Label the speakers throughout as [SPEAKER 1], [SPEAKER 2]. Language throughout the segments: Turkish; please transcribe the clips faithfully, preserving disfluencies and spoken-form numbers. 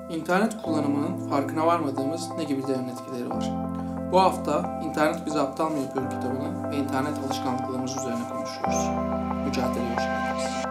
[SPEAKER 1] İnternet kullanımının farkına varmadığımız ne gibi derin etkileri var? Bu hafta İnternet Bizi Aptal mı Yapıyor kitabını ve internet alışkanlıklarımız üzerine konuşuyoruz. Mücadeleye hoş geldiniz.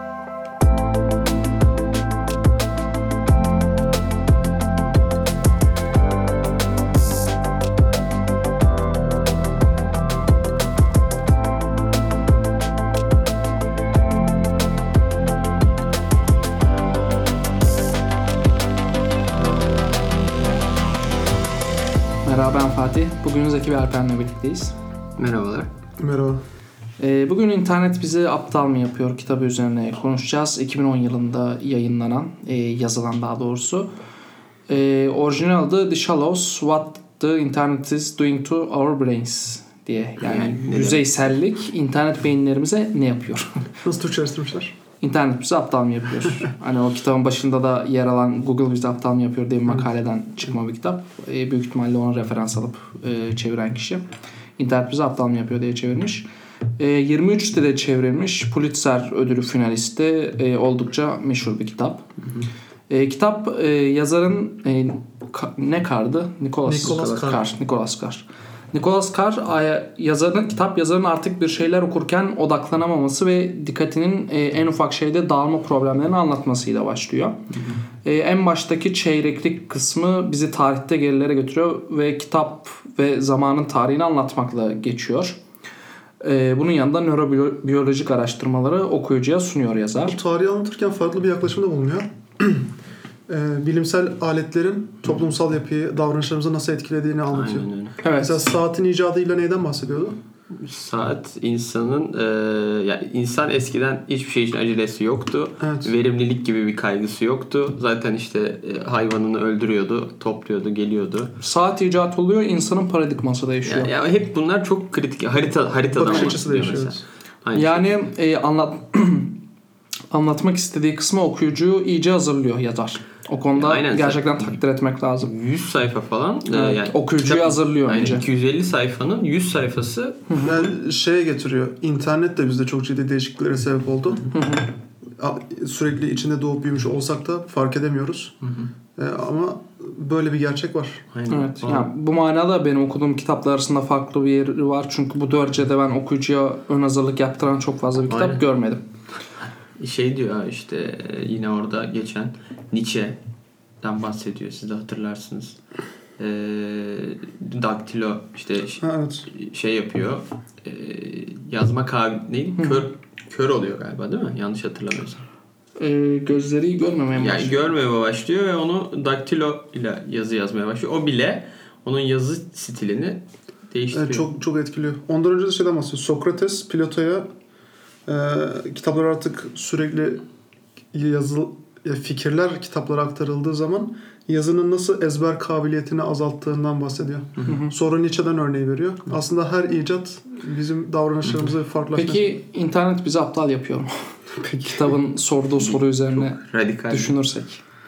[SPEAKER 1] Merhaba, ben Fatih. Bugün Zeki ve Alper'le birlikteyiz.
[SPEAKER 2] Merhabalar.
[SPEAKER 3] Merhaba.
[SPEAKER 1] Ee, bugün İnternet Bizi Aptal mı Yapıyor kitabı üzerine konuşacağız. iki bin on yılında yayınlanan, e, yazılan daha doğrusu. E, orijinal adı The Shallows, What the Internet is Doing to Our Brains diye. Yani, yani yüzeysellik internet beyinlerimize ne yapıyor?
[SPEAKER 3] Nasıl Türkçeleştirmişler?
[SPEAKER 1] İnternet bizi aptal mı yapıyor? Hani o kitabın başında da yer alan Google bizi aptal mı yapıyor diye bir makaleden çıkma bir kitap. E, büyük ihtimalle onu referans alıp e, çeviren kişi. İnternet bizi aptal mı yapıyor diye çevirmiş. E, yirmi üç dile çevrilmiş. Pulitzer ödülü finalisti. E, oldukça meşhur bir kitap. E, kitap e, yazarın e, ka, ne kardı? Nicholas,
[SPEAKER 3] Nicholas Carr.
[SPEAKER 1] Carr. Nicholas Carr. Nicholas Carr yazarın, kitap yazarının artık bir şeyler okurken odaklanamaması ve dikkatinin en ufak şeyde dağılma problemlerini anlatmasıyla başlıyor. Hı hı. En baştaki çeyreklik kısmı bizi tarihte gerilere götürüyor ve kitap ve zamanın tarihini anlatmakla geçiyor. Bunun yanında nörobiyolojik araştırmaları okuyucuya sunuyor yazar.
[SPEAKER 3] Bu tarihi anlatırken farklı bir yaklaşımda bulunuyor. E, bilimsel aletlerin toplumsal yapıyı, davranışlarımızı nasıl etkilediğini anlatıyor.
[SPEAKER 2] Aynen öyle.
[SPEAKER 1] Evet.
[SPEAKER 3] Mesela saatin icadıyla neyden bahsediyordu?
[SPEAKER 2] Saat insanın e, yani insan eskiden hiçbir şey için acelesi yoktu.
[SPEAKER 3] Evet.
[SPEAKER 2] Verimlilik gibi bir kaygısı yoktu. Zaten işte e, hayvanını öldürüyordu, topluyordu, geliyordu.
[SPEAKER 1] Saat icat oluyor, insanın paradigması değişiyor.
[SPEAKER 2] Yani, yani hep bunlar çok kritik. Harita haritadan
[SPEAKER 3] bakış açısı değişiyor.
[SPEAKER 2] Mesela.
[SPEAKER 1] Yani e, anlat anlatmak istediği kısmı okuyucuyu iyice hazırlıyor yazar. O konuda aynen, gerçekten takdir etmek lazım.
[SPEAKER 2] yüz sayfa falan.
[SPEAKER 1] Evet, yani okuyucuyu kitap, hazırlıyor
[SPEAKER 2] aynen,
[SPEAKER 1] önce.
[SPEAKER 2] iki yüz elli sayfanın yüz sayfası.
[SPEAKER 3] Yani şeye getiriyor. İnternet de bizde çok ciddi değişikliklere sebep oldu. Sürekli içinde doğup büyümüş olsak da fark edemiyoruz. Ee, ama böyle bir gerçek var.
[SPEAKER 2] Aynen.
[SPEAKER 1] Evet. Yani bu manada benim okuduğum kitaplar arasında farklı bir yeri var. Çünkü bu dörtçede ben okuyucuya ön hazırlık yaptıran çok fazla bir kitap aynen. görmedim.
[SPEAKER 2] Şey diyor işte yine orada geçen Nietzsche'den bahsediyor. Siz de hatırlarsınız. E, daktilo işte
[SPEAKER 3] ha, evet.
[SPEAKER 2] şey yapıyor. E, yazma kabil neydi? Kör kör oluyor galiba değil mi? Yanlış hatırlamıyorsam.
[SPEAKER 1] E, gözleri görmemeye başlıyor.
[SPEAKER 2] Yani görmemeye başlıyor ve onu daktilo ile yazı yazmaya başlıyor. O bile onun yazı stilini değiştiriyor.
[SPEAKER 3] Evet, çok çok etkiliyor. Ondan önce de şeyden bahsediyor. Sokrates Plato'ya e, kitaplar artık sürekli yazılı fikirler kitaplara aktarıldığı zaman yazının nasıl ezber kabiliyetini azalttığından bahsediyor. Hı hı. Sonra Nietzsche'den örneği veriyor. Hı hı. Aslında her icat bizim davranışlarımızı farklılaştırıyor.
[SPEAKER 1] Peki internet bizi aptal yapıyor mu? Peki. Kitabın sorduğu soru üzerine radikal düşünürsek.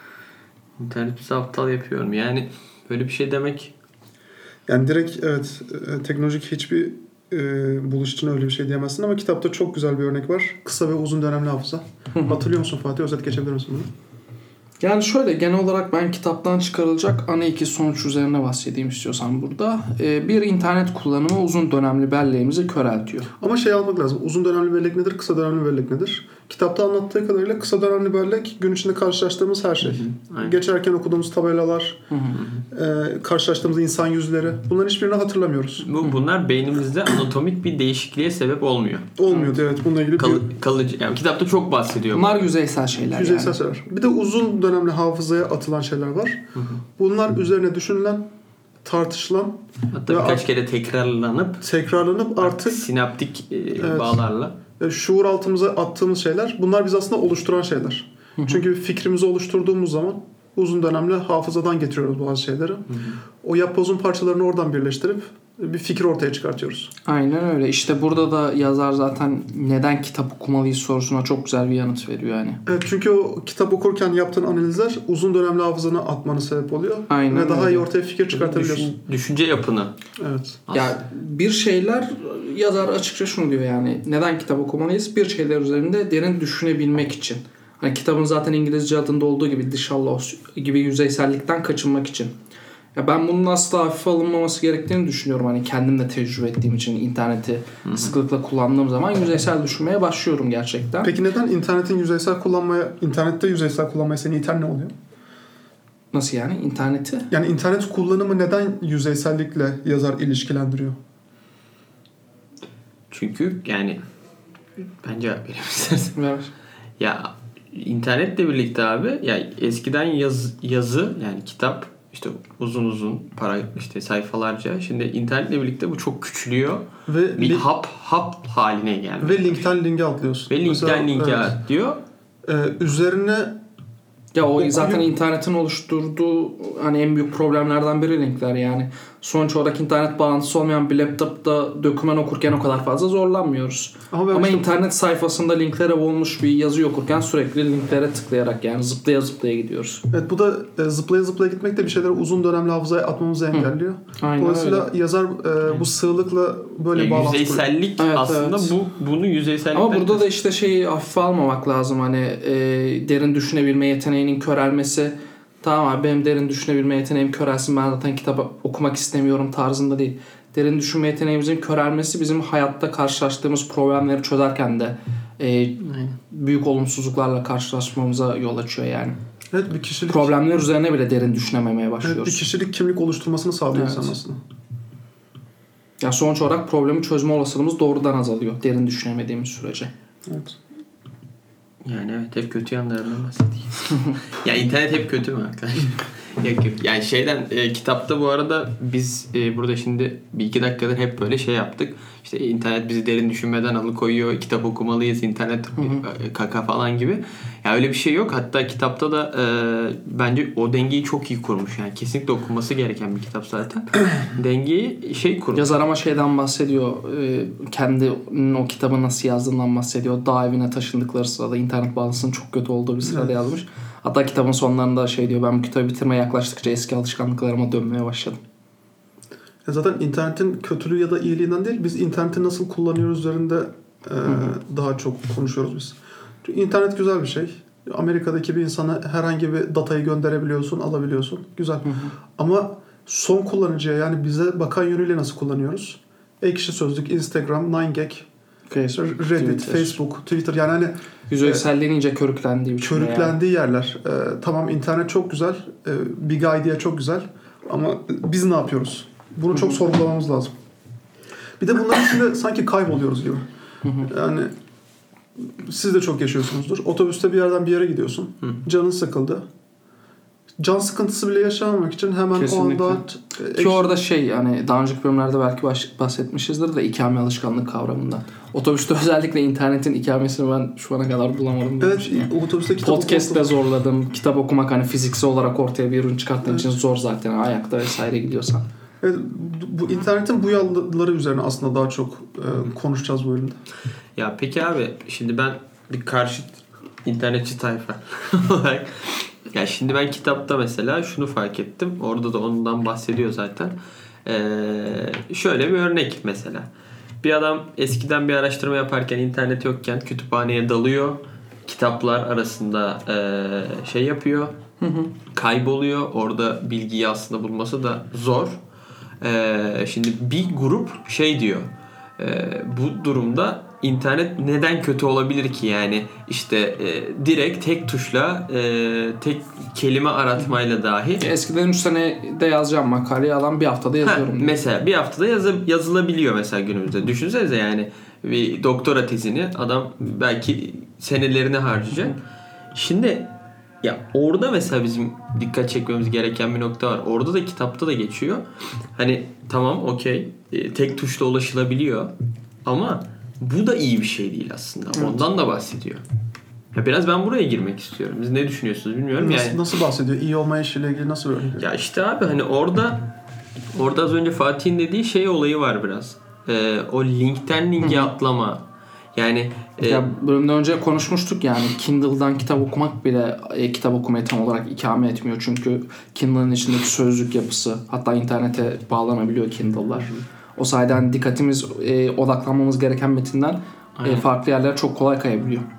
[SPEAKER 2] İnternet bizi aptal yapıyor mu? Yani böyle bir şey demek.
[SPEAKER 3] Yani direkt evet teknolojik hiçbir e, buluş için öyle bir şey diyemezsin ama kitapta çok güzel bir örnek var. Kısa ve uzun dönemli hafıza. Hatırlıyor musun Fatih? Özet geçebilir misin bunu?
[SPEAKER 1] Yani şöyle genel olarak ben kitaptan çıkarılacak ana iki sonuç üzerine bahsedeyim istiyorsan burada. Ee, bir internet kullanımı uzun dönemli belleğimizi köreltiyor.
[SPEAKER 3] Ama şey almak lazım. Uzun dönemli bellek nedir? Kısa dönemli bellek nedir? Kitapta anlattığı kadarıyla kısa dönemli bellek gün içinde karşılaştığımız her şey. Hı hı. Geçerken okuduğumuz tabelalar, hı hı. E, karşılaştığımız insan yüzleri. Bunların hiçbirini hatırlamıyoruz.
[SPEAKER 2] Bu, bunlar beynimizde anatomik bir değişikliğe sebep olmuyor.
[SPEAKER 3] Olmuyor evet. evet. Bununla ilgili
[SPEAKER 2] Kal,
[SPEAKER 3] bir...
[SPEAKER 2] kalıcı. Yani kitapta çok bahsediyor.
[SPEAKER 1] Bunlar yüzeysel şeyler.
[SPEAKER 3] Yüzeysel
[SPEAKER 1] yani.
[SPEAKER 3] şeyler. Bir de uzun dönemli hafızaya atılan şeyler var. Hı hı. Bunlar üzerine düşünülen, tartışılan,
[SPEAKER 2] hatta birkaç art- kere tekrarlanıp
[SPEAKER 3] tekrarlanıp artık
[SPEAKER 2] sinaptik e,
[SPEAKER 3] evet.
[SPEAKER 2] bağlarla
[SPEAKER 3] şuur altımıza attığımız şeyler. Bunlar biz aslında oluşturan şeyler. Hı hı. Çünkü fikrimizi oluşturduğumuz zaman uzun dönemli hafızadan getiriyoruz bazı şeyleri. Hı hı. O yapbozun parçalarını oradan birleştirip bir fikir ortaya çıkartıyoruz.
[SPEAKER 1] Aynen öyle. İşte burada da yazar zaten neden kitap okumalıyız sorusuna çok güzel bir yanıt veriyor yani.
[SPEAKER 3] Evet, çünkü o kitap okurken yaptığın analizler uzun dönemli hafızana atmanı sebep oluyor.
[SPEAKER 1] Aynen
[SPEAKER 3] ve
[SPEAKER 1] öyle.
[SPEAKER 3] daha iyi ortaya fikir çıkartabiliyorsun.
[SPEAKER 2] Düşün, düşünce yapını.
[SPEAKER 3] Evet.
[SPEAKER 1] Ya bir şeyler yazar açıkça şunu diyor yani neden kitap okumalıyız? Bir şeyler üzerinde derin düşünebilmek için. Hani kitabın zaten İngilizce adında olduğu gibi dışallah gibi yüzeysellikten kaçınmak için. Ya ben bunun asla hafife alınmaması gerektiğini düşünüyorum. Hani kendim de tecrübe ettiğim için interneti Hı-hı. sıklıkla kullandığım zaman yüzeysel düşünmeye başlıyorum gerçekten.
[SPEAKER 3] Peki neden internetin yüzeysel kullanmaya, internette yüzeysel kullanmaya seni iten ne oluyor?
[SPEAKER 1] Nasıl yani? İnterneti?
[SPEAKER 3] Yani internet kullanımı neden yüzeysellikle yazar ilişkilendiriyor?
[SPEAKER 2] Çünkü yani ben cevap vereyim istersen.
[SPEAKER 1] Ver.
[SPEAKER 2] Ya internetle birlikte abi ya eskiden yaz, yazı yani kitap işte uzun uzun para işte sayfalarca. Şimdi internetle birlikte bu çok küçülüyor.
[SPEAKER 3] Ve
[SPEAKER 2] bir
[SPEAKER 3] li-
[SPEAKER 2] hap hap haline geldi.
[SPEAKER 3] Ve linkten linke atlıyorsun.
[SPEAKER 2] Ve linkten linke
[SPEAKER 3] evet.
[SPEAKER 2] atlıyor.
[SPEAKER 3] Ee, üzerine
[SPEAKER 1] ya o, o zaten
[SPEAKER 3] oyun...
[SPEAKER 1] internetin oluşturduğu hani en büyük problemlerden biri linkler yani. Sonuç olarak internet bağlantısı olmayan bir laptopta doküman okurken o kadar fazla zorlanmıyoruz. Ama, Ama işte... internet sayfasında linklere boğulmuş bir yazı okurken sürekli linklere tıklayarak yani zıplaya zıplaya gidiyoruz.
[SPEAKER 3] Evet bu da e, zıplaya zıplaya gitmek de bir şeyleri uzun dönemli hafızaya atmamızı engelliyor.
[SPEAKER 1] Aynen
[SPEAKER 3] Dolayısıyla
[SPEAKER 1] öyle.
[SPEAKER 3] yazar e, bu sığlıkla böyle
[SPEAKER 2] yani
[SPEAKER 3] bağlantı
[SPEAKER 2] yüzeysellik
[SPEAKER 1] evet,
[SPEAKER 2] aslında
[SPEAKER 1] evet.
[SPEAKER 2] bu bunu yüzeysellik.
[SPEAKER 1] Ama burada da işte şeyi hafife almamak lazım hani e, derin düşünebilme yeteneğinin körelmesi. Tamam abi benim derin düşünebilme yeteneğim körelsin ben zaten kitap okumak istemiyorum tarzında değil. Derin düşünme yeteneğimizin körelmesi bizim hayatta karşılaştığımız problemleri çözerken de e, büyük olumsuzluklarla karşılaşmamıza yol açıyor yani.
[SPEAKER 3] Evet, bir kişilik
[SPEAKER 1] problemler üzerine bile derin düşünememeye başlıyoruz.
[SPEAKER 3] Evet, bir kişilik kimlik oluşturmasını sağlıyor
[SPEAKER 1] evet.
[SPEAKER 3] insan aslında.
[SPEAKER 1] Ya sonuç olarak problemi çözme olasılığımız doğrudan azalıyor derin düşünemediğimiz sürece.
[SPEAKER 3] Evet.
[SPEAKER 2] Yani evet hep kötü yanlarından bahsedeyim. Ya internet hep kötü mü arkadaşlar? Yok yok. Yani şeyden e, kitapta bu arada biz e, burada şimdi bir iki dakikadır hep böyle şey yaptık. İşte internet bizi derin düşünmeden alıkoyuyor. Kitap okumalıyız. İnternet e, kaka falan gibi. Ya öyle bir şey yok. Hatta kitapta da e, bence o dengeyi çok iyi kurmuş. Yani kesinlikle okunması gereken bir kitap zaten. Dengeyi şey kurmuş.
[SPEAKER 1] Yazar ama şeyden bahsediyor. E, kendi o kitabı nasıl yazdığından bahsediyor. Dağ evine taşındıkları sırada internet bağlantısının çok kötü olduğu bir sırada evet. yazmış. Hatta kitabın sonlarında şey diyor ben bu kitabı bitirmeye yaklaştıkça eski alışkanlıklarıma dönmeye başladım.
[SPEAKER 3] Ya zaten internetin kötülüğü ya da iyiliğinden değil biz interneti nasıl kullanıyoruz üzerinde e, daha çok konuşuyoruz biz. Çünkü internet güzel bir şey. Amerika'daki bir insana herhangi bir datayı gönderebiliyorsun, alabiliyorsun. Güzel. Hı hı. Ama son kullanıcıya yani bize bakan yönüyle nasıl kullanıyoruz? Ekşi Sözlük, Instagram, nine gag, Facebook, Reddit, Twitter. Facebook, Twitter yani hani
[SPEAKER 1] yüzeyselliğin iyice körüklendiği bir
[SPEAKER 3] körüklendiği yani. yerler. Ee, tamam internet çok güzel, ee, Big Idea çok güzel ama biz ne yapıyoruz? Bunu çok Hı-hı. sorgulamamız lazım. Bir de bunların içinde sanki kayboluyoruz gibi. Hı-hı. Yani siz de çok yaşıyorsunuzdur. Otobüste bir yerden bir yere gidiyorsun. Hı. Canın sıkıldı. Can sıkıntısı bile yaşamamak için hemen
[SPEAKER 1] kesinlikle.
[SPEAKER 3] o anda...
[SPEAKER 1] Ki ek... orada şey yani daha önceki bölümlerde belki bahsetmişizdir de ikame alışkanlık kavramından. Otobüste özellikle internetin ikamesini ben şu ana kadar bulamadım.
[SPEAKER 3] Evet yani. Otobüste kitap
[SPEAKER 1] Podcast'te zorladım. Kitap okumak hani fiziksel olarak ortaya bir ürün çıkarttığın evet. için zor zaten ayakta vesaire gidiyorsan.
[SPEAKER 3] Evet, bu internetin bu yolları üzerine aslında daha çok e, konuşacağız bu bölümde.
[SPEAKER 2] Ya peki abi şimdi ben bir karşıt internetçi tayfa olarak ya şimdi ben kitapta mesela şunu fark ettim. Orada da ondan bahsediyor zaten. Ee, şöyle bir örnek mesela. Bir adam eskiden bir araştırma yaparken internet yokken kütüphaneye dalıyor. Kitaplar arasında e, şey yapıyor. Hı hı. Kayboluyor. Orada bilgiyi aslında bulması da zor. Ee, şimdi bir grup şey diyor. E, bu durumda İnternet neden kötü olabilir ki yani işte e, direkt tek tuşla e, tek kelime aratmayla dahi.
[SPEAKER 1] Eskiden üç senede yazacağım makaleyi alan bir haftada yazıyorum.
[SPEAKER 2] Ha, mesela bir haftada yazı, yazılabiliyor mesela günümüzde. Düşünsenize yani bir doktora tezini adam belki senelerini harcayacak. Şimdi ya orada mesela bizim dikkat çekmemiz gereken bir nokta var. Orada da kitapta da geçiyor. Hani tamam okey e, tek tuşla ulaşılabiliyor ama bu da iyi bir şey değil aslında. Evet. Ondan da bahsediyor. Ya biraz ben buraya girmek istiyorum. Siz ne düşünüyorsunuz bilmiyorum.
[SPEAKER 3] Nasıl,
[SPEAKER 2] yani.
[SPEAKER 3] Nasıl bahsediyor? İyi olma işiyle ilgili nasıl öğreniyor?
[SPEAKER 2] Ya işte abi hani orada orada az önce Fatih'in dediği şey olayı var biraz. Ee, o linkten linke atlama. Yani
[SPEAKER 1] e, ya bölümden önce konuşmuştuk yani Kindle'dan kitap okumak bile e, kitap okumayı tam olarak ikame etmiyor. Çünkü Kindle'ın içindeki sözlük yapısı hatta internete bağlanabiliyor Kindle'lar. O sayeden dikkatimiz, e, odaklanmamız gereken metinden e, farklı yerlere çok kolay kayabiliyor.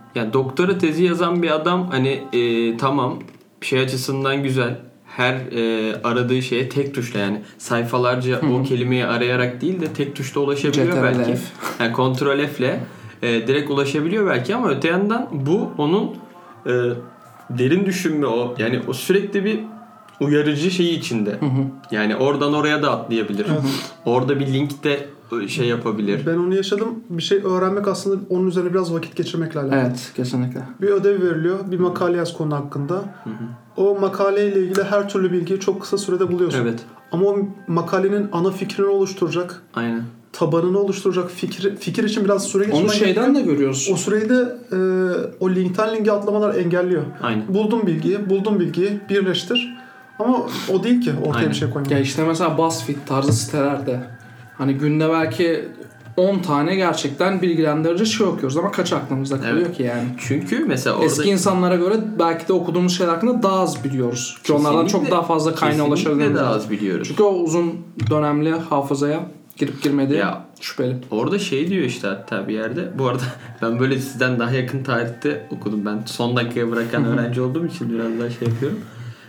[SPEAKER 2] yani doktora tezi yazan bir adam hani e, tamam şey açısından güzel. Her e, aradığı şeye tek tuşla yani sayfalarca Hı-hı. o kelimeyi arayarak değil de tek tuşla ulaşabiliyor C T R L belki. Yani Ctrl F'le e, direkt ulaşabiliyor belki ama öte yandan bu onun e, derin düşünme o yani o sürekli bir uyarıcı şeyi içinde. Hı-hı. Yani oradan oraya da atlayabilir. Hı-hı. Orada bir linkte şey yapabilir.
[SPEAKER 3] Ben onu yaşadım. Bir şey öğrenmek aslında onun üzerine biraz vakit geçirmekle alakalı.
[SPEAKER 1] Evet, kesinlikle.
[SPEAKER 3] Bir ödev veriliyor. Bir makale yaz konu hakkında. Hı hı. O makaleyle ilgili her türlü bilgiyi çok kısa sürede buluyorsun. Evet. Ama o makalenin ana fikrini oluşturacak.
[SPEAKER 2] Aynen.
[SPEAKER 3] Tabanını oluşturacak fikir fikir için biraz süre geçirmen
[SPEAKER 1] Onu şeyden de görüyoruz.
[SPEAKER 3] O süreyi de e, o linkten linke atlamalar engelliyor.
[SPEAKER 2] Aynen.
[SPEAKER 3] Buldum bilgiyi, buldum bilgiyi, birleştir. Ama o değil ki ortaya Aynen. bir şey koymak.
[SPEAKER 1] Ya işte mesela BuzzFeed tarzı sitelerde hani günde belki on tane gerçekten bilgilendirici şey okuyoruz ama kaç aklımızda kalıyor evet. ki yani.
[SPEAKER 2] Çünkü mesela orada...
[SPEAKER 1] Eski insanlara göre belki de okuduğumuz şeyler hakkında daha az biliyoruz. Ki onlardan çok daha fazla kaynağa ulaşabiliyoruz.
[SPEAKER 2] Kesinlikle daha az biliyoruz.
[SPEAKER 1] Çünkü o uzun dönemli hafızaya girip girmediği
[SPEAKER 2] ya,
[SPEAKER 1] şüpheli.
[SPEAKER 2] Orada şey diyor işte hatta bir yerde. Bu arada ben böyle sizden daha yakın tarihte okudum. Ben son dakikaya bırakan öğrenci olduğum için biraz daha şey yapıyorum.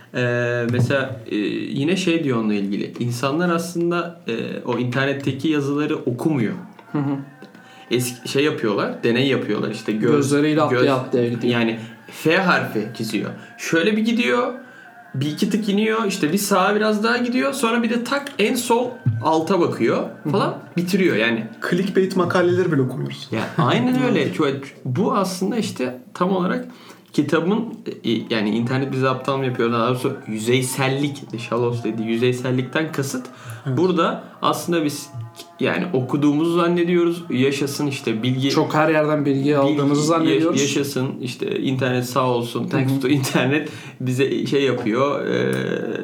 [SPEAKER 2] Ee, mesela e, yine şey diyor onunla ilgili. İnsanlar aslında e, o internetteki yazıları okumuyor.
[SPEAKER 1] Hı hı.
[SPEAKER 2] Eski şey yapıyorlar, deney yapıyorlar işte göz,
[SPEAKER 1] gözleriyle atlaya
[SPEAKER 2] göz,
[SPEAKER 1] atlaya gidiyor.
[SPEAKER 2] Yani F harfi çiziyor. Şöyle bir gidiyor, bir iki tık iniyor, işte bir sağa biraz daha gidiyor, sonra bir de tak en sol alta bakıyor falan hı hı. bitiriyor yani.
[SPEAKER 3] Clickbait makaleleri bile okumuyoruz.
[SPEAKER 2] Ya aynen öyle. Bu aslında işte tam olarak kitabın yani internet bize aptal mı yapıyor? Daha doğrusu yüzeysellik, Shallows dediği yüzeysellikten kasıt. Evet. Burada aslında biz yani okuduğumuzu zannediyoruz. Yaşasın işte bilgi.
[SPEAKER 1] Çok her yerden bilgi, bilgi aldığımızı zannediyoruz.
[SPEAKER 2] Yaşasın işte internet sağ olsun. Thanks to internet bize şey yapıyor. E,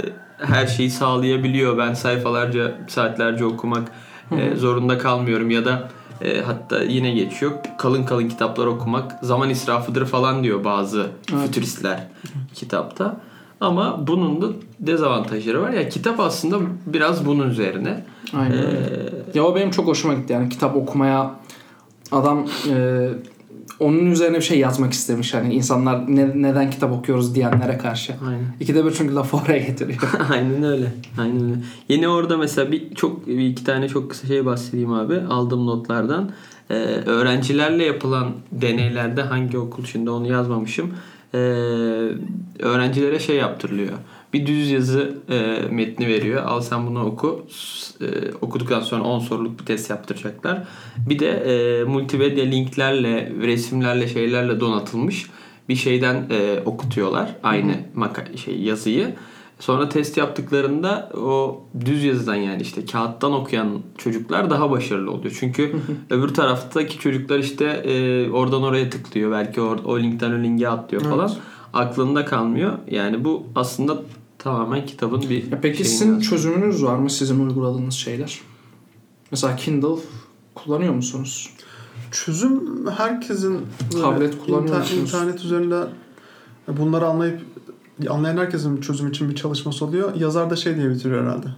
[SPEAKER 2] her şeyi sağlayabiliyor. Ben sayfalarca, saatlerce okumak e, zorunda kalmıyorum ya da E, hatta yine geçiyor. Kalın kalın kitaplar okumak zaman israfıdır falan diyor bazı evet. fütüristler kitapta. Ama bunun da dezavantajları var. Ya kitap aslında biraz bunun üzerine.
[SPEAKER 1] Aynen. Ee, ya o benim çok hoşuma gitti. Yani kitap okumaya adam e, onun üzerine bir şey yazmak istemiş. Hani insanlar ne, neden kitap okuyoruz diyenlere karşı.
[SPEAKER 2] Aynen.
[SPEAKER 1] İkide bir çünkü lafı oraya getiriyor.
[SPEAKER 2] Aynen öyle. Aynen öyle. Yine orada mesela bir çok bir iki tane çok kısa şey bahsedeyim abi. Aldığım notlardan. Ee, öğrencilerle yapılan deneylerde hangi okul şimdi onu yazmamışım. Ee, öğrencilere şey yaptırılıyor. Bir düz yazı e, metni veriyor. Al sen bunu oku. E, okuduktan sonra on soruluk bir test yaptıracaklar. Bir de e, multimedya linklerle, resimlerle, şeylerle donatılmış bir şeyden e, okutuyorlar. Aynı maka- şey yazıyı. Sonra test yaptıklarında o düz yazıdan yani işte kağıttan okuyan çocuklar daha başarılı oluyor. Çünkü öbür taraftaki çocuklar işte e, oradan oraya tıklıyor. Belki or- o linkten o linke atlıyor falan. Evet. Aklında kalmıyor. Yani bu aslında tamamen kitabın bir
[SPEAKER 1] ya peki sizin aslında. Çözümünüz var mı sizin uyguladığınız şeyler? Mesela Kindle kullanıyor musunuz?
[SPEAKER 3] Çözüm herkesin
[SPEAKER 1] tablet kullanıyor
[SPEAKER 3] inter-
[SPEAKER 1] musunuz?
[SPEAKER 3] İnternet üzerinde bunları anlayıp anlayan herkesin çözüm için bir çalışması oluyor. Yazar da şey diye bitiriyor herhalde.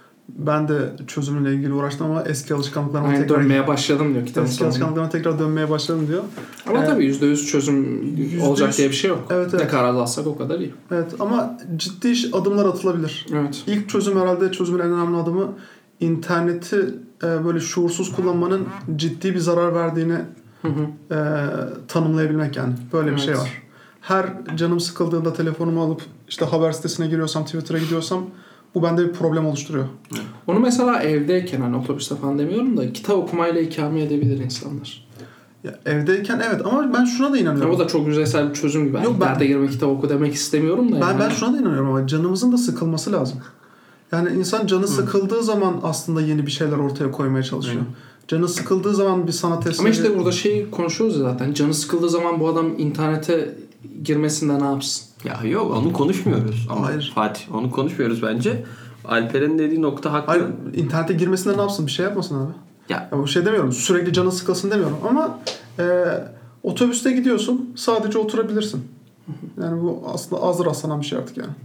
[SPEAKER 3] Ben de çözümüyle ilgili uğraştım ama eski alışkanlıklarıma
[SPEAKER 1] yani
[SPEAKER 3] tekrar
[SPEAKER 1] dönmeye başladım diyor kitabın
[SPEAKER 3] eski
[SPEAKER 1] sonunda.
[SPEAKER 3] alışkanlıklarıma tekrar dönmeye başladım diyor.
[SPEAKER 1] Ama ee, tabii yüzde yüz çözüm yüzde yüz olacak diye bir şey yok.
[SPEAKER 3] Evet, evet.
[SPEAKER 1] Ne kadar alsak o kadar iyi.
[SPEAKER 3] Evet ama ciddi iş, adımlar atılabilir.
[SPEAKER 1] Evet.
[SPEAKER 3] İlk çözüm herhalde çözümün en önemli adımı interneti e, böyle şuursuz kullanmanın ciddi bir zarar verdiğini hı hı. E, tanımlayabilmek yani. Böyle evet. bir şey var. Her canım sıkıldığında telefonumu alıp işte haber sitesine giriyorsam, Twitter'a gidiyorsam bu bende bir problem oluşturuyor.
[SPEAKER 1] Onu mesela evdeyken hani otobüste falan demiyorum da kitap okumayla ikame edebilir insanlar.
[SPEAKER 3] Ya evdeyken evet ama ben şuna da inanıyorum.
[SPEAKER 1] Ya o da çok yüzeysel bir çözüm gibi. Yok, ben, derde girme kitap oku demek istemiyorum da.
[SPEAKER 3] Ben
[SPEAKER 1] yani.
[SPEAKER 3] ben şuna da inanıyorum ama canımızın da sıkılması lazım. Yani insan canı Hı. sıkıldığı zaman aslında yeni bir şeyler ortaya koymaya çalışıyor. Hı. Canı sıkıldığı zaman bir sanat eseri...
[SPEAKER 1] Ama işte burada şey konuşuyoruz ya zaten. Canı sıkıldığı zaman bu adam internete girmesinde ne yapsın?
[SPEAKER 2] Ya yok onu konuşmuyoruz. Ama Hayır. Fatih onu konuşmuyoruz bence. Alper'in dediği nokta haklı.
[SPEAKER 3] Hayır, internete girmesinde ne yapsın? Bir şey yapmasın abi.
[SPEAKER 2] Ya.
[SPEAKER 3] ya bu şey demiyorum. Sürekli canı sıkılsın demiyorum. Ama e, otobüste gidiyorsun. Sadece oturabilirsin. Yani bu aslında az rastlanan bir şey artık yani.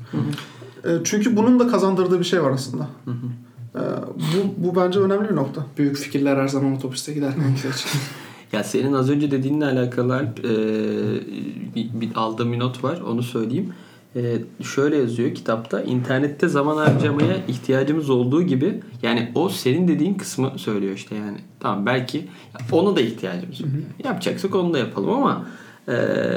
[SPEAKER 3] e, çünkü bunun da kazandırdığı bir şey var aslında.
[SPEAKER 2] Hı hı.
[SPEAKER 3] E, bu, bu bence önemli bir nokta.
[SPEAKER 1] Büyük fikirler her zaman otobüste giderken gider.
[SPEAKER 2] Ya senin az önce dediğinle alakalı Alp, e, bir, bir aldığım bir not var. Onu söyleyeyim. E, şöyle yazıyor kitapta. İnternette zaman harcamaya ihtiyacımız olduğu gibi, yani o senin dediğin kısmı söylüyor işte yani. Tamam, belki ona da ihtiyacımız var. Yapacaksak onu da yapalım ama e,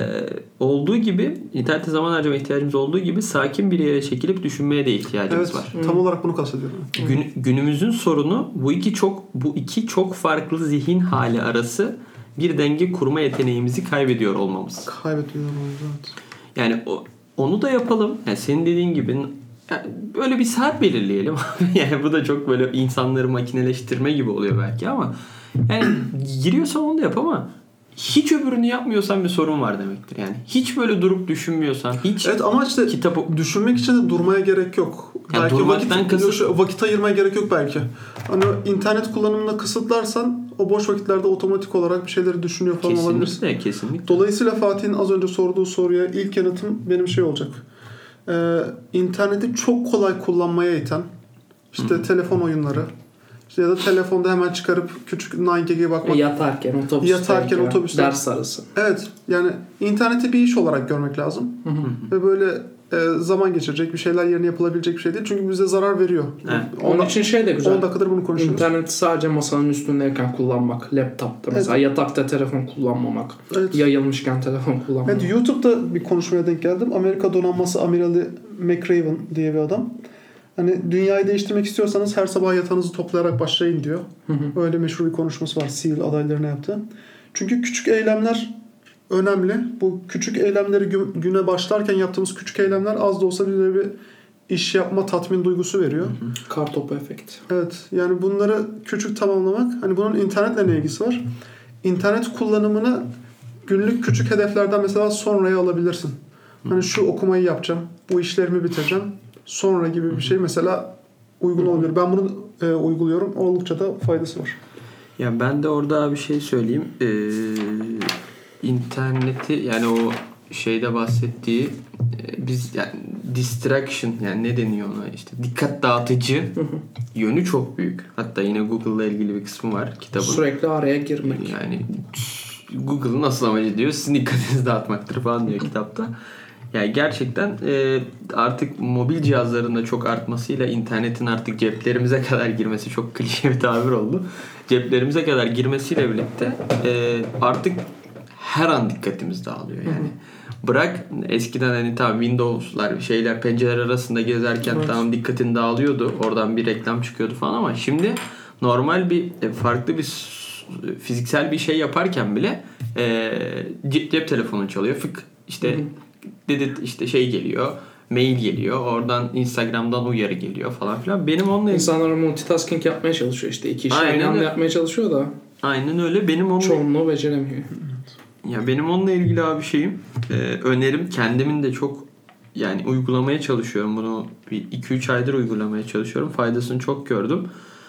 [SPEAKER 2] olduğu gibi internette zaman harcamaya ihtiyacımız olduğu gibi sakin bir yere çekilip düşünmeye de ihtiyacımız
[SPEAKER 3] evet,
[SPEAKER 2] var.
[SPEAKER 3] Tam olarak bunu kastediyorum.
[SPEAKER 2] Gün, günümüzün sorunu bu iki çok bu iki çok farklı zihin hali arası bir denge kurma yeteneğimizi kaybediyor olmamız.
[SPEAKER 3] Kaybediyor olmamız, evet.
[SPEAKER 2] Yani o, onu da yapalım. Yani senin dediğin gibi yani böyle bir saat belirleyelim. Yani bu da çok böyle insanları makineleştirme gibi oluyor belki ama yani giriyorsan onu da yap ama hiç öbürünü yapmıyorsan bir sorun var demektir. Yani hiç böyle durup düşünmüyorsan, hiç
[SPEAKER 3] evet, ama işte
[SPEAKER 2] kitap
[SPEAKER 3] düşünmek için de durmaya gerek yok.
[SPEAKER 2] Yani
[SPEAKER 3] belki vakit,
[SPEAKER 2] kasıt...
[SPEAKER 3] vakit ayırmaya gerek yok belki. Hani internet kullanımını kısıtlarsan o boş vakitlerde otomatik olarak bir şeyleri düşünüyor falan
[SPEAKER 2] kesinlikle,
[SPEAKER 3] olabilirsin.
[SPEAKER 2] Kesinlikle, kesinlikle.
[SPEAKER 3] Dolayısıyla Fatih'in az önce sorduğu soruya ilk yanıtım benim şey olacak. Ee, interneti çok kolay kullanmaya iten işte Hı. telefon oyunları, ya da telefonda hemen çıkarıp küçük nine gag'e bakmak.
[SPEAKER 1] Yatarken, otobüste.
[SPEAKER 3] Yatarken, otobüste.
[SPEAKER 1] Ders arası.
[SPEAKER 3] Evet. Yani interneti bir iş olarak görmek lazım.
[SPEAKER 1] Hı hı.
[SPEAKER 3] Ve böyle e, zaman geçirecek bir şeyler yerine yapılabilecek bir şey değil. Çünkü bize zarar veriyor.
[SPEAKER 2] Evet.
[SPEAKER 1] Onun
[SPEAKER 3] on,
[SPEAKER 1] için şey de güzel.
[SPEAKER 3] on dakikadır bunu konuşuyoruz.
[SPEAKER 1] İnterneti sadece masanın üstündeyken kullanmak. Laptopta mesela. Evet. Yatakta telefon kullanmamak. Evet. Yayılmışken telefon kullanmamak.
[SPEAKER 3] Evet, YouTube'da bir konuşmaya denk geldim. Amerika donanması amirali McRaven diye bir adam. Hani dünyayı değiştirmek istiyorsanız her sabah yatağınızı toplayarak başlayın diyor.
[SPEAKER 1] Hı hı.
[SPEAKER 3] Öyle meşhur bir konuşması var SEAL adaylarına yaptı. Çünkü küçük eylemler önemli. Bu küçük eylemleri güne başlarken yaptığımız küçük eylemler az da olsa bize bir iş yapma tatmin duygusu veriyor.
[SPEAKER 1] Hı hı. Kartopu efekti.
[SPEAKER 3] Evet. Yani bunları küçük tamamlamak. Hani bunun internetle ne ilgisi var? İnternet kullanımını günlük küçük hedeflerden mesela sonraya alabilirsin. Hani şu okumayı yapacağım. Bu işlerimi bitireceğim. Sonra gibi bir şey mesela uygun olabilir. Ben bunu e, uyguluyorum. Oldukça da faydası var.
[SPEAKER 2] Ya ben de orada bir şey söyleyeyim. Ee, interneti yani o şeyde bahsettiği e, biz yani distraction yani ne deniyor ona işte dikkat dağıtıcı yönü çok büyük. Hatta yine Google'la ilgili bir kısmı var kitabın.
[SPEAKER 1] Sürekli araya girmek.
[SPEAKER 2] Yani Google'ın asıl amacı diyor sizin dikkatinizi dağıtmaktır falan diyor kitapta. Yani gerçekten e, artık mobil cihazların da çok artmasıyla internetin artık ceplerimize kadar girmesi çok klişe bir tabir oldu. Ceplerimize kadar girmesiyle birlikte e, artık her an dikkatimiz dağılıyor yani. Bırak eskiden hani tamam Windows'lar şeyler pencereler arasında gezerken evet. tamam dikkatin dağılıyordu. Oradan bir reklam çıkıyordu falan ama şimdi normal bir farklı bir fiziksel bir şey yaparken bile e, cep telefonu çalıyor. Fık işte Hı-hı. dedi işte şey geliyor. Mail geliyor. Oradan Instagram'dan uyarı geliyor falan filan. Benim onunla
[SPEAKER 1] İnsanlar multitasking yapmaya çalışıyor işte. İki işi aynı anda yapmaya çalışıyor da.
[SPEAKER 2] Aynen öyle. Benim onunla
[SPEAKER 1] çoğunluğu beceremiyor.
[SPEAKER 2] Ya benim onunla ilgili abi şeyim e, önerim kendimin de çok yani uygulamaya çalışıyorum. Bunu bir iki üç aydır uygulamaya çalışıyorum. Faydasını çok gördüm.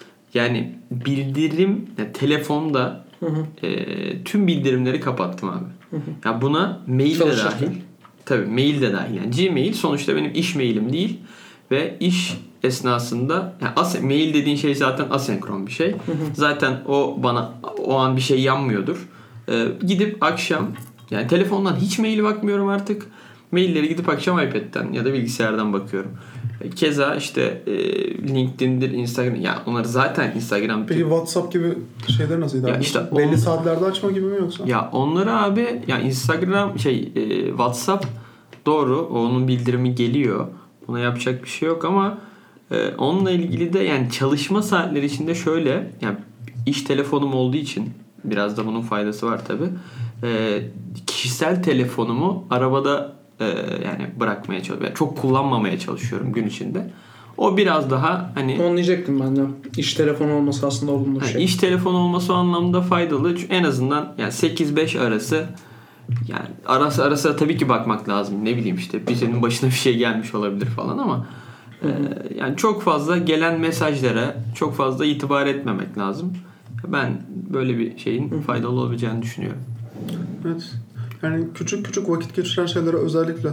[SPEAKER 2] Yani bildirim yani telefonda hı hı. E, tüm bildirimleri kapattım abi. Hı hı. Ya buna mail de dahil. Tabii mail de dahil. Yani Gmail sonuçta benim iş mailim değil ve iş esnasında yani as- mail dediğin şey zaten asenkron bir şey. Hı hı. Zaten o bana o an bir şey yanmıyordur. Ee, gidip akşam yani telefondan hiç mail bakmıyorum artık. Mailleri gidip akşam iPad'den ya da bilgisayardan bakıyorum. Keza işte e, LinkedIn'dir, Instagram ya onlar zaten Instagram.
[SPEAKER 3] Peki WhatsApp gibi şeyler nasıl
[SPEAKER 2] ya işte
[SPEAKER 3] belli
[SPEAKER 2] on...
[SPEAKER 3] saatlerde açma gibi mi yoksa?
[SPEAKER 2] Ya onları abi ya Instagram şey e, WhatsApp doğru onun bildirimi geliyor. Buna yapacak bir şey yok ama e, onunla ilgili de yani çalışma saatleri içinde şöyle yani iş telefonum olduğu için biraz da bunun faydası var tabii. E, kişisel telefonumu arabada e, yani bırakmaya çalışıyorum. Yani çok kullanmamaya çalışıyorum gün içinde. O biraz daha hani...
[SPEAKER 1] Onu diyecektim ben de. İş telefonu olması aslında olumlu bir
[SPEAKER 2] yani
[SPEAKER 1] şey.
[SPEAKER 2] İş telefonu olması o anlamda faydalı. Çünkü en azından yani sekiz beş arası yani arası arası tabii ki bakmak lazım. Ne bileyim işte bir senin başına bir şey gelmiş olabilir falan ama e, yani çok fazla gelen mesajlara çok fazla itibar etmemek lazım. Ben böyle bir şeyin faydalı olabileceğini düşünüyorum.
[SPEAKER 3] Evet. Yani küçük küçük vakit geçiren şeylere özellikle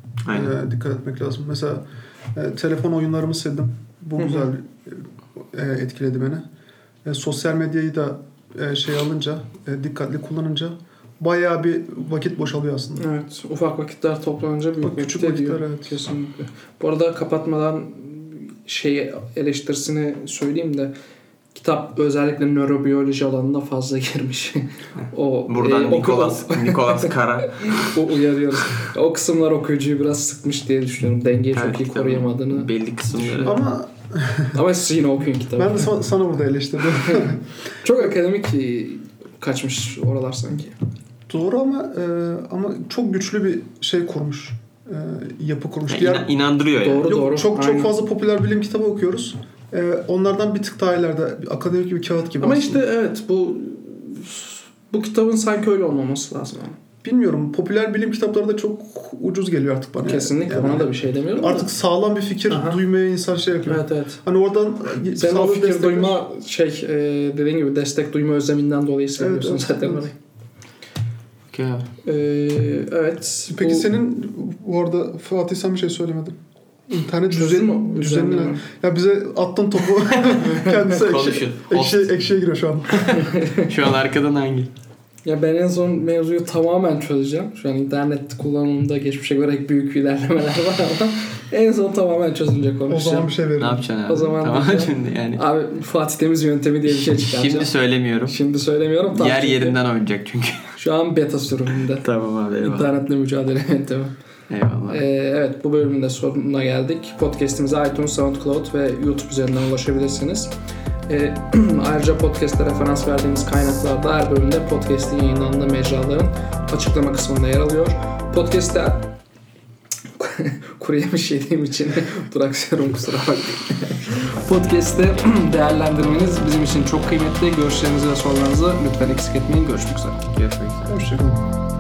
[SPEAKER 3] e, dikkat etmek lazım. Mesela e, telefon oyunlarımı sildim. Bu güzel e, etkiledi beni. E, sosyal medyayı da e, şey alınca, e, dikkatli kullanınca bayağı bir vakit boşalıyor aslında.
[SPEAKER 1] Evet. Ufak vakitler toplanınca büyük
[SPEAKER 3] Bak, küçük
[SPEAKER 1] vakit ediyor.
[SPEAKER 3] vakitler, evet.
[SPEAKER 1] Kesinlikle. Bu arada kapatmadan şey eleştirisini söyleyeyim de kitap özellikle nörobiyoloji alanında fazla girmiş. o
[SPEAKER 2] Buradan
[SPEAKER 1] e,
[SPEAKER 2] Nicholas
[SPEAKER 1] o,
[SPEAKER 2] Nicholas Kara.
[SPEAKER 1] o uyarıyoruz. O kısımlar okuyucuyu biraz sıkmış diye düşünüyorum. Dengeyi
[SPEAKER 2] Evet,
[SPEAKER 1] çok iyi koruyamadığını.
[SPEAKER 2] belli kısımları.
[SPEAKER 3] Ama
[SPEAKER 1] Ama siz yine okuyun kitabı.
[SPEAKER 3] ben de sana, sana burada eleştirdim.
[SPEAKER 1] Çok akademik kaçmış oralar sanki.
[SPEAKER 3] Doğru ama e, ama çok güçlü bir şey kurmuş. E, yapı kurmuş.
[SPEAKER 2] Yani
[SPEAKER 3] Diğer,
[SPEAKER 2] inan- inandırıyor yani.
[SPEAKER 1] Doğru
[SPEAKER 3] yok,
[SPEAKER 1] doğru.
[SPEAKER 3] çok
[SPEAKER 1] Aynen.
[SPEAKER 3] çok fazla popüler bilim kitabı okuyoruz. E, onlardan bir tık daha ileride akademik bir kağıt gibi
[SPEAKER 1] Ama
[SPEAKER 3] aslında.
[SPEAKER 1] işte evet bu bu kitabın sanki öyle olmaması lazım. Yani.
[SPEAKER 3] Bilmiyorum. Popüler bilim kitapları da çok ucuz geliyor artık bana.
[SPEAKER 1] Kesinlikle
[SPEAKER 3] Yani.
[SPEAKER 1] ona da bir şey demiyorum.
[SPEAKER 3] Artık
[SPEAKER 1] da.
[SPEAKER 3] sağlam bir fikir
[SPEAKER 1] Aha.
[SPEAKER 3] duymaya insan şey yapıyor.
[SPEAKER 1] Evet evet.
[SPEAKER 3] Hani oradan
[SPEAKER 1] Senin o
[SPEAKER 3] sağlığı
[SPEAKER 1] fikir
[SPEAKER 3] destekler-
[SPEAKER 1] duyma şey e, dediğin gibi destek duyma özleminden dolayı seviyorsun
[SPEAKER 3] Evet, evet,
[SPEAKER 1] zaten
[SPEAKER 3] evet.
[SPEAKER 1] orayı.
[SPEAKER 2] Okay.
[SPEAKER 1] Ee, evet.
[SPEAKER 3] Peki
[SPEAKER 1] bu-
[SPEAKER 3] senin bu arada Fatih sen bir şey söylemedin. İnternet
[SPEAKER 1] Çözüm
[SPEAKER 3] düzeni,
[SPEAKER 1] mü?
[SPEAKER 3] düzenine.
[SPEAKER 1] Düzenleme.
[SPEAKER 3] Ya bize attın topu. Kendisi ekşi,
[SPEAKER 2] Konuşun.
[SPEAKER 3] ekşi, ekşiye giriyor şu an.
[SPEAKER 2] Şu an arkadan hangi?
[SPEAKER 1] Ya ben en son mevzuyu tamamen çözeceğim. Şu an internet kullanımında geçmişe göre büyük ilerlemeler var ama en son tamamen çözünce
[SPEAKER 3] O
[SPEAKER 1] konuşacağım.
[SPEAKER 3] zaman bir şey verin.
[SPEAKER 2] Ne yapacaksın abi?
[SPEAKER 1] O zaman
[SPEAKER 2] tamam
[SPEAKER 1] diyeceğim.
[SPEAKER 2] şimdi yani.
[SPEAKER 1] Abi Fatih Temiz yöntemi diye bir şey çıkaracağım.
[SPEAKER 2] Şimdi söylemiyorum.
[SPEAKER 1] Şimdi söylemiyorum. Tam
[SPEAKER 2] Yer
[SPEAKER 1] çünkü
[SPEAKER 2] yerinden oynayacak çünkü.
[SPEAKER 1] Şu an beta sürümünde.
[SPEAKER 2] Tamam abi eyvallah.
[SPEAKER 1] İnternetle mücadele yöntemi.
[SPEAKER 2] Eyvallah.
[SPEAKER 1] Ee, evet bu bölümün de sonuna geldik. Podcast'imize iTunes, SoundCloud ve YouTube üzerinden ulaşabilirsiniz. Ee, ayrıca podcast'te referans verdiğimiz kaynaklarda her bölümde podcast'in yayınlandığı mecraların açıklama kısmında yer alıyor. Podcast'te kuru yemiş yediğim için duraksıyorum kusura bakmayın. Podcast'te değerlendirmeniz bizim için çok kıymetli. Görüşlerinizi ve sorularınızı lütfen eksik etmeyin. Görüşmek üzere.
[SPEAKER 2] Görüşmek üzere.
[SPEAKER 3] Hoşçakalın.